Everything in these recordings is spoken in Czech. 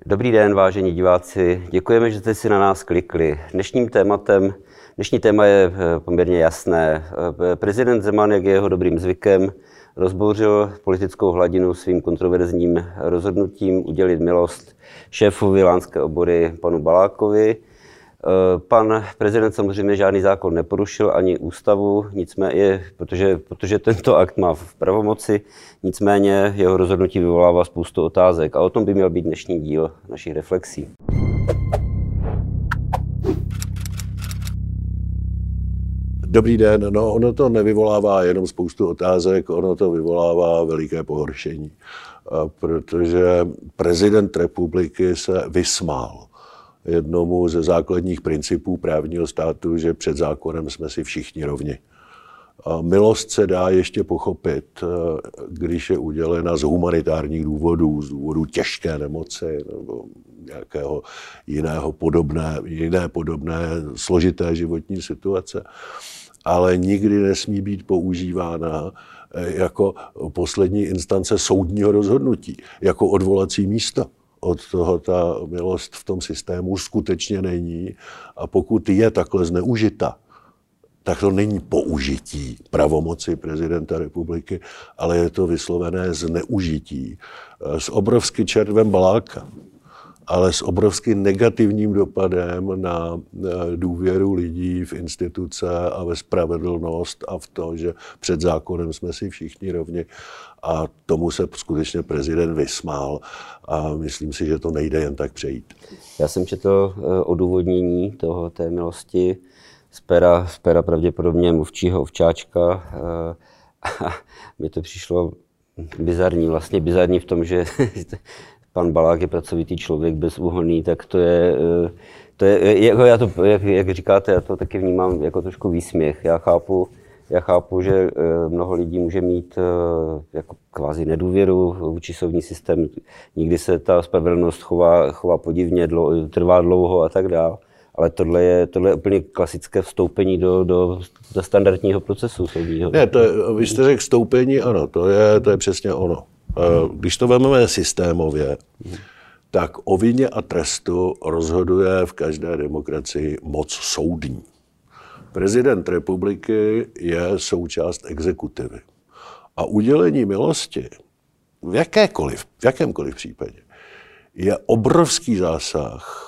Dobrý den, vážení diváci. Děkujeme, že jste si na nás klikli. Dnešní téma je poměrně jasné. Prezident Zeman, jak je jeho dobrým zvykem, rozbouřil politickou hladinu svým kontroverzním rozhodnutím udělit milost šéfovi Lánské obory panu Balákovi. Pan prezident samozřejmě žádný zákon neporušil, ani ústavu, nicméně, protože tento akt má v pravomoci, nicméně jeho rozhodnutí vyvolává spoustu otázek a o tom by měl být dnešní díl našich reflexí. Dobrý den, no ono to nevyvolává jenom spoustu otázek, ono to vyvolává veliké pohoršení, protože prezident republiky se vysmál jednomu ze základních principů právního státu, že před zákonem jsme si všichni rovni. A milost se dá ještě pochopit, když je udělena z humanitárních důvodů, z důvodu těžké nemoci nebo nějakého jiné podobné složité životní situace. Ale nikdy nesmí být používána jako poslední instance soudního rozhodnutí, jako odvolací místo. Od toho ta milost v tom systému skutečně není. A pokud je takhle zneužita, tak to není použití pravomoci prezidenta republiky, ale je to vyslovené zneužití s obrovským červem Baláka, ale s obrovským negativním dopadem na důvěru lidí v instituce a ve spravedlnost a v to, že před zákonem jsme si všichni rovni. A tomu se skutečně prezident vysmál a myslím si, že to nejde jen tak přejít. Já jsem četl odůvodnění té milosti z pera pravděpodobně mluvčího Ovčáčka a mi to přišlo bizarní v tom, že pan Balák je pracovitý člověk, bezúhonný, tak to je jak říkáte, já to taky vnímám jako trošku výsměch. Já chápu, že mnoho lidí může mít jako kvázi nedůvěru vůči soudní systém. Nikdy se ta spravedlnost chová podivně, trvá dlouho a tak dále. Ale tohle je úplně klasické vstoupení do standardního procesu soudního. Ne, vy jste řekl vstoupení, ano, to je přesně ono. Když to vezmeme systémově, tak o vině a trestu rozhoduje v každé demokracii moc soudní. Prezident republiky je součást exekutivy. A udělení milosti v jakémkoliv případě je obrovský zásah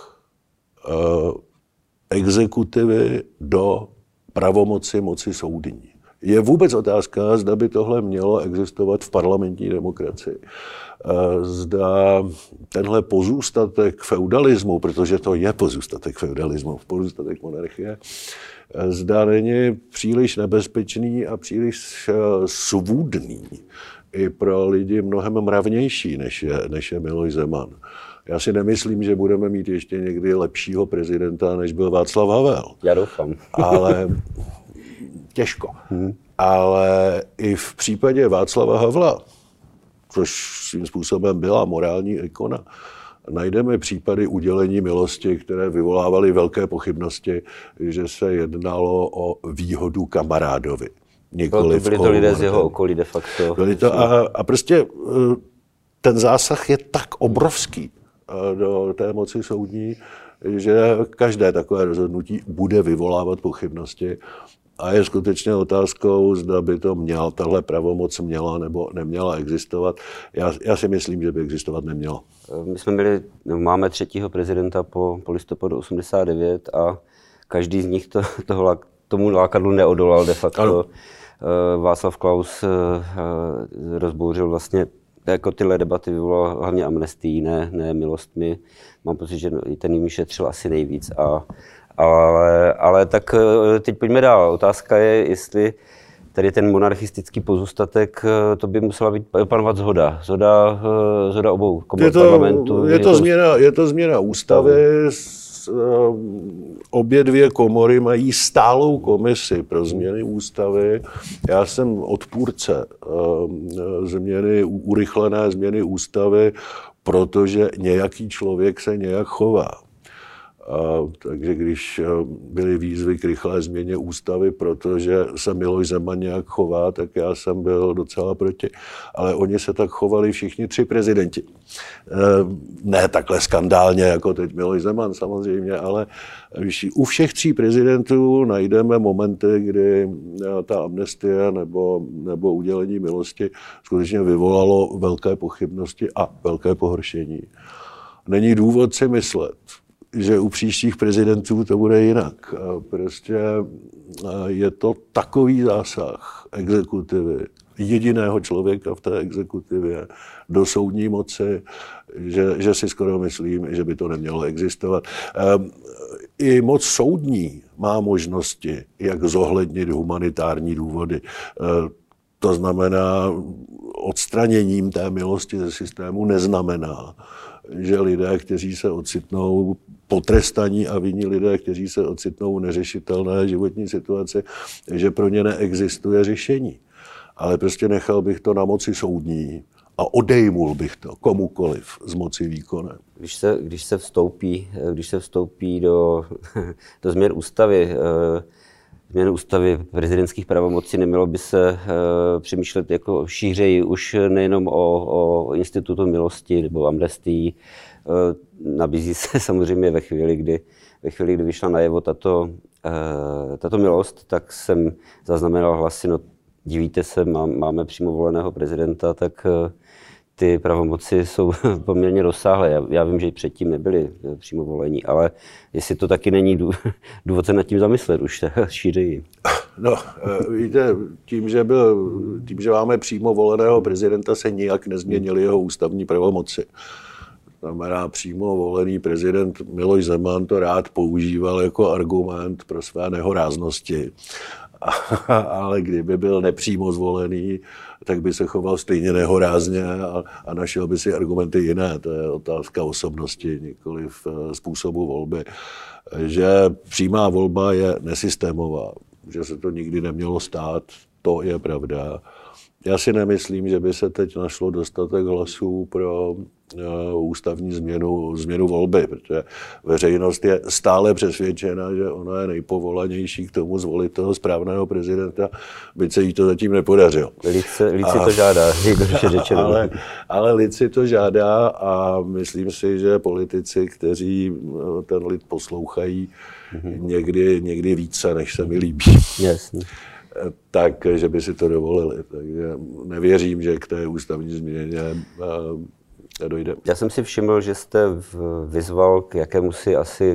exekutivy do pravomoci moci soudní. Je vůbec otázka, zda by tohle mělo existovat v parlamentní demokracii. Zda tenhle pozůstatek feudalismu, protože to je pozůstatek feudalismu, pozůstatek monarchie, zda není příliš nebezpečný a příliš svůdný i pro lidi mnohem mravnější, než je Miloš Zeman. Já si nemyslím, že budeme mít ještě někdy lepšího prezidenta, než byl Václav Havel. Já doufám. Ale těžko. Ale i v případě Václava Havla, což svým způsobem byla morální ikona, najdeme případy udělení milosti, které vyvolávaly velké pochybnosti, že se jednalo o výhodu kamarádovi. Byli to lidé z jeho okolí de facto. A prostě ten zásah je tak obrovský do té moci soudní, že každé takové rozhodnutí bude vyvolávat pochybnosti. A je skutečně otázkou, zda by tahle pravomoc měla nebo neměla existovat. Já si myslím, že by existovat neměla. Máme třetího prezidenta po listopadu 89 a každý z nich tomu lákadlu neodolal de facto. Ano. Václav Klaus rozbouřil vlastně, jako tyhle debaty vyvolal hlavně amnestií, ne milostmi. Mám pocit, že ten jim šetřil asi nejvíc. Ale tak teď pojďme dál. Otázka je, jestli tady ten monarchistický pozůstatek, to by musela být panovat shoda obou komor parlamentu. Je to změna ústavy. Obě dvě komory mají stálou komisi pro změny ústavy. Já jsem odpůrce urychlené změny ústavy, protože nějaký člověk se nějak chová. Takže když byly výzvy k rychlé změně ústavy, protože se Miloš Zeman nějak chová, tak já jsem byl docela proti. Ale oni se tak chovali všichni 3 prezidenti. Ne takhle skandálně, jako teď Miloš Zeman samozřejmě, ale u všech 3 prezidentů najdeme momenty, kdy ta amnestie nebo udělení milosti skutečně vyvolalo velké pochybnosti a velké pohoršení. Není důvod si myslet, že u příštích prezidentů to bude jinak. Prostě je to takový zásah exekutivy, jediného člověka v té exekutivě do soudní moci, že si skoro myslím, že by to nemělo existovat. I moc soudní má možnosti, jak zohlednit humanitární důvody. To znamená, odstraněním té milosti ze systému neznamená, že lidé, kteří se ocitnou potrestaní a vinní lidé, kteří se ocitnou v neřešitelné životní situaci, že pro ně neexistuje řešení. Ale prostě nechal bych to na moci soudní a odejmul bych to komukoliv z moci výkonné. Když se vstoupí do změn ústavy prezidentských pravomocí, nemělo by se přemýšlet jako šířeji už nejenom o institutu milosti nebo amnestii. Nabízí se samozřejmě ve chvíli, kdy vyšla najevo tato milost, tak jsem zaznamenal hlasy, no divíte se, máme přímo voleného prezidenta, tak ty pravomoci jsou poměrně rozsáhlé. Já vím, že předtím nebyli přímo volení, ale jestli to taky není důvod se nad tím zamyslet už šířeji. No, víte, tím, že máme přímo voleného prezidenta, se nijak nezměnily jeho ústavní pravomoci. Znamená, přímo volený prezident Miloš Zeman to rád používal jako argument pro své nehoráznosti. Ale kdyby byl nepřímo zvolený, tak by se choval stejně nehorázně a našel by si argumenty jiné. To je otázka osobnosti, nikoliv způsobu volby. Že přímá volba je nesystémová, že se to nikdy nemělo stát, to je pravda. Já si nemyslím, že by se teď našlo dostatek hlasů pro ústavní změnu volby, protože veřejnost je stále přesvědčena, že ona je nejpovolanější k tomu zvolit toho správného prezidenta, byť se jí to zatím nepodařilo. Lid si to žádá, řečeno. Ale lid si to žádá a myslím si, že politici, kteří ten lid poslouchají, někdy více, než se mi líbí. Jasně. Takže by si to dovolili. Takže nevěřím, že k té ústavní změně dojde. Já jsem si všiml, že jste vyzval k jakémusi asi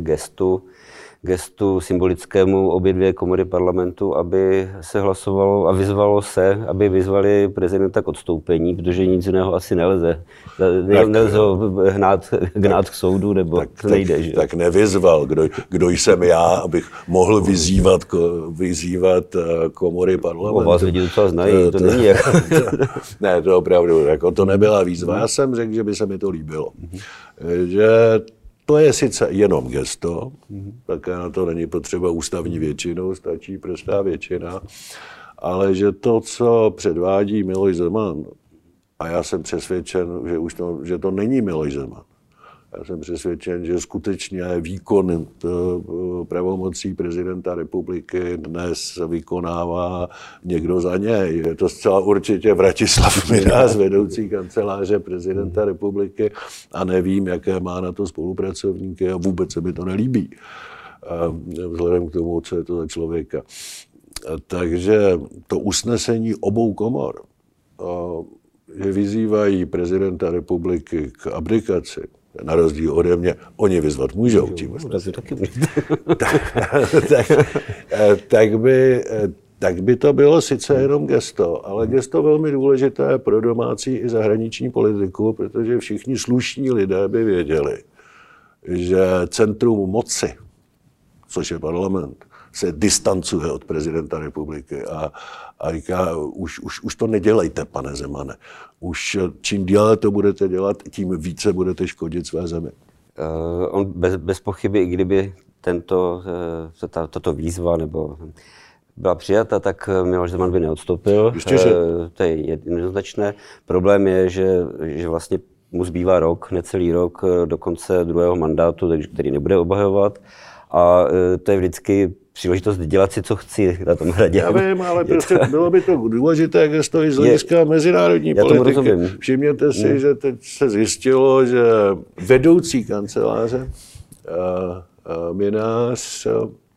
gestu symbolickému obě 2 komory parlamentu, aby se hlasovalo a vyzvalo se, aby vyzvali prezidenta k odstoupení, protože nic jiného asi nelze. Nelze ho gnát k soudu, nebo nejde. Že? Tak nevyzval. Kdo jsem já, abych mohl vyzývat komory parlamentu. O vás lidi docela znají, to není jak... Ne, to opravdu, jako to nebyla výzva. Já jsem řekl, že by se mi to líbilo. Že to je sice jenom gesto, také na to není potřeba ústavní většinou, stačí prostá většina, ale že to, co předvádí Miloš Zeman, a já jsem přesvědčen, že to není Miloš Zeman. Já jsem přesvědčen, že skutečně výkon pravomocí prezidenta republiky dnes vykonává někdo za něj. Je to zcela určitě Vratislav Minář, vedoucí kanceláře prezidenta republiky, a nevím, jaké má na to spolupracovníky a vůbec se mi to nelíbí. Vzhledem k tomu, co je to za člověka. Takže to usnesení obou komor, že vyzývají prezidenta republiky k abdikaci, na rozdíl ode mě, oni vyzvat můžou. Tak by to bylo sice jenom gesto, ale gesto velmi důležité pro domácí i zahraniční politiku, protože všichni slušní lidé by věděli, že centrum moci, což je parlament, se distancuje od prezidenta republiky a říká, už to nedělejte, pane Zemane. Už čím déle to budete dělat, tím více budete škodit své zemi. On bez pochyby, i kdyby tato výzva nebo byla přijata, tak Miloš Zeman by neodstoupil. Ještě, že... To je jednoznačné. Problém je, že vlastně mu zbývá rok, necelý rok do konce druhého mandátu, který nebude obhajovat. A to je vždycky příležitost dělat si, co chci na tom Hradě. Já vím, ale prostě bylo by to důležité, jak stojí z hlediska mezinárodní politiky. Všimněte si, že teď se zjistilo, že vedoucí kanceláře Mynář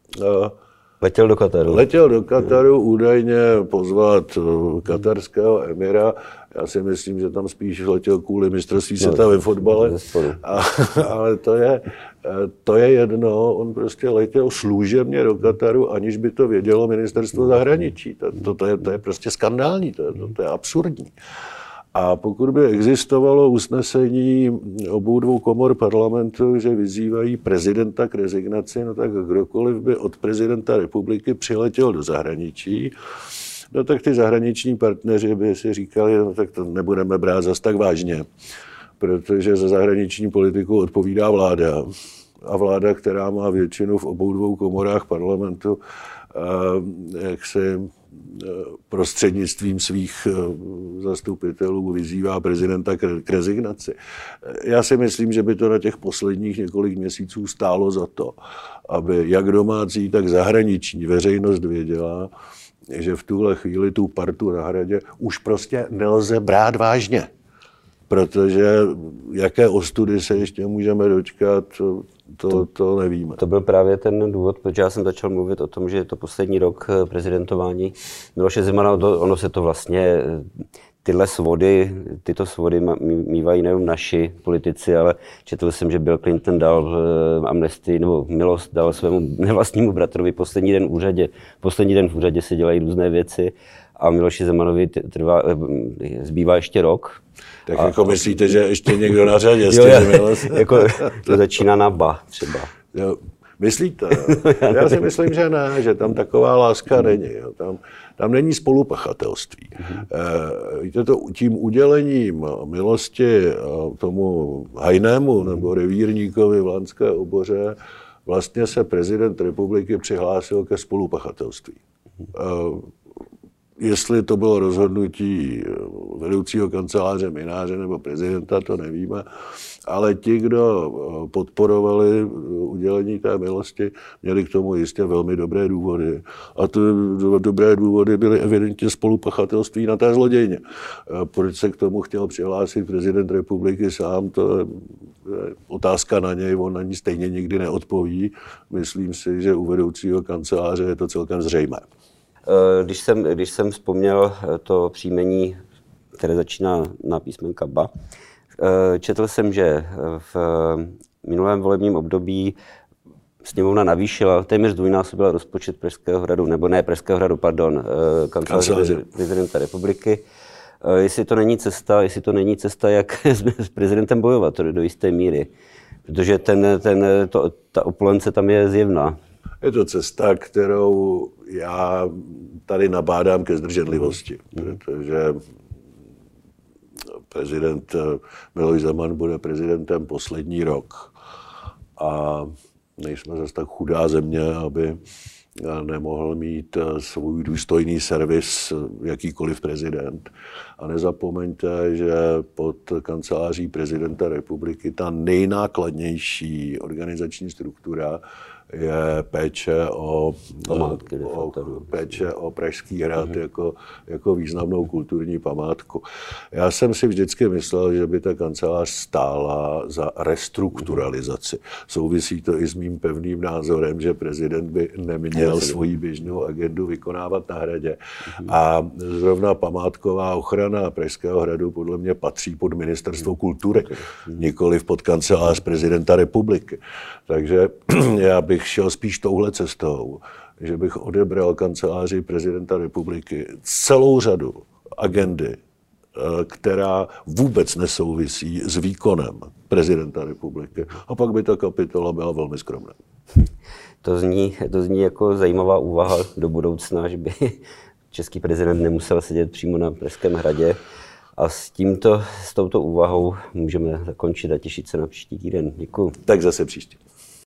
Letěl do Kataru údajně pozvat katarského emira. Já si myslím, že tam spíš letěl kvůli mistrovství světa ve fotbale. Ale to je jedno. On prostě letěl služebně do Kataru, aniž by to vědělo ministerstvo zahraničí. To je prostě skandální, to je absurdní. A pokud by existovalo usnesení obou dvou komor parlamentu, že vyzývají prezidenta k rezignaci, no tak kdokoliv by od prezidenta republiky přiletěl do zahraničí, no tak ty zahraniční partneři by si říkali, no tak to nebudeme brát zas tak vážně, protože za zahraniční politiku odpovídá vláda. A vláda, která má většinu v obou dvou komorách parlamentu, jak se prostřednictvím svých zastupitelů vyzývá prezidenta k rezignaci. Já si myslím, že by to na těch posledních několik měsíců stálo za to, aby jak domácí, tak zahraniční veřejnost věděla, že v tuhle chvíli tu partu na Hradě už prostě nelze brát vážně. Protože jaké ostudy se ještě můžeme dočkat, to nevíme. To byl právě ten důvod, proč já jsem začal mluvit o tom, že je to poslední rok prezidentování Miloše Zemana. Ono se to vlastně, tyto svody mývají nejen naši politici, ale četl jsem, že Bill Clinton dal amnestii, nebo milost dal svému nevlastnímu bratrovi poslední den v úřadě. Poslední den v úřadě se dělají různé věci a Miloši Zemanovi zbývá ještě rok. Tak jako myslíte, že ještě někdo na řadě? Jako to začíná na ba třeba. Jo, myslíte? Já si myslím, že ne, že tam taková láska není. Jo. Tam není spolupachatelství. Víte to, tím udělením milosti tomu hajnému nebo revírníkovi v Lanské Oboře vlastně se prezident republiky přihlásil ke spolupachatelství. Jestli to bylo rozhodnutí vedoucího kanceláře Mynáře nebo prezidenta, to nevíme, ale ti, kdo podporovali udělení té milosti, měli k tomu jistě velmi dobré důvody. A ty dobré důvody byly evidentně spolupachatelství na té zlodějně. Proč se k tomu chtěl přihlásit prezident republiky sám, to je otázka na něj, on na ní stejně nikdy neodpoví. Myslím si, že u vedoucího kanceláře je to celkem zřejmé. Když jsem vzpomněl to příjmení, které začíná na písmenka BA, četl jsem, že v minulém volebním období sněmovna navýšila, téměř dvojnásobila rozpočet Pražského hradu, nebo ne Pražského hradu, pardon, kanceláře prezidenta republiky. Jestli to není cesta, jak s prezidentem bojovat do jisté míry, protože ta opulence tam je zjevná. Je to cesta, kterou já tady nabádám ke zdrženlivosti, protože prezident Miloš Zeman bude prezidentem poslední rok a nejsme zase tak chudá země, aby nemohl mít svůj důstojný servis jakýkoliv prezident. A nezapomeňte, že pod kanceláří prezidenta republiky ta nejnákladnější organizační struktura je péče o Pražský hrad jako významnou kulturní památku. Já jsem si vždycky myslel, že by ta kancelář stála za restrukturalizaci. Souvisí to i s mým pevným názorem, že prezident by neměl svoji běžnou agendu vykonávat na Hradě. A zrovna památková ochrana Pražského hradu podle mě patří pod ministerstvo kultury, nikoliv pod kancelář prezidenta republiky. Takže já bych šel spíš touhle cestou, že bych odebral kanceláři prezidenta republiky celou řadu agendy, která vůbec nesouvisí s výkonem prezidenta republiky. A pak by ta kapitola byla velmi skromná. To zní jako zajímavá úvaha do budoucna, že by český prezident nemusel sedět přímo na Pražském hradě. A s touto úvahou můžeme zakončit a těšit se na příští týden. Děkuji. Tak zase příště.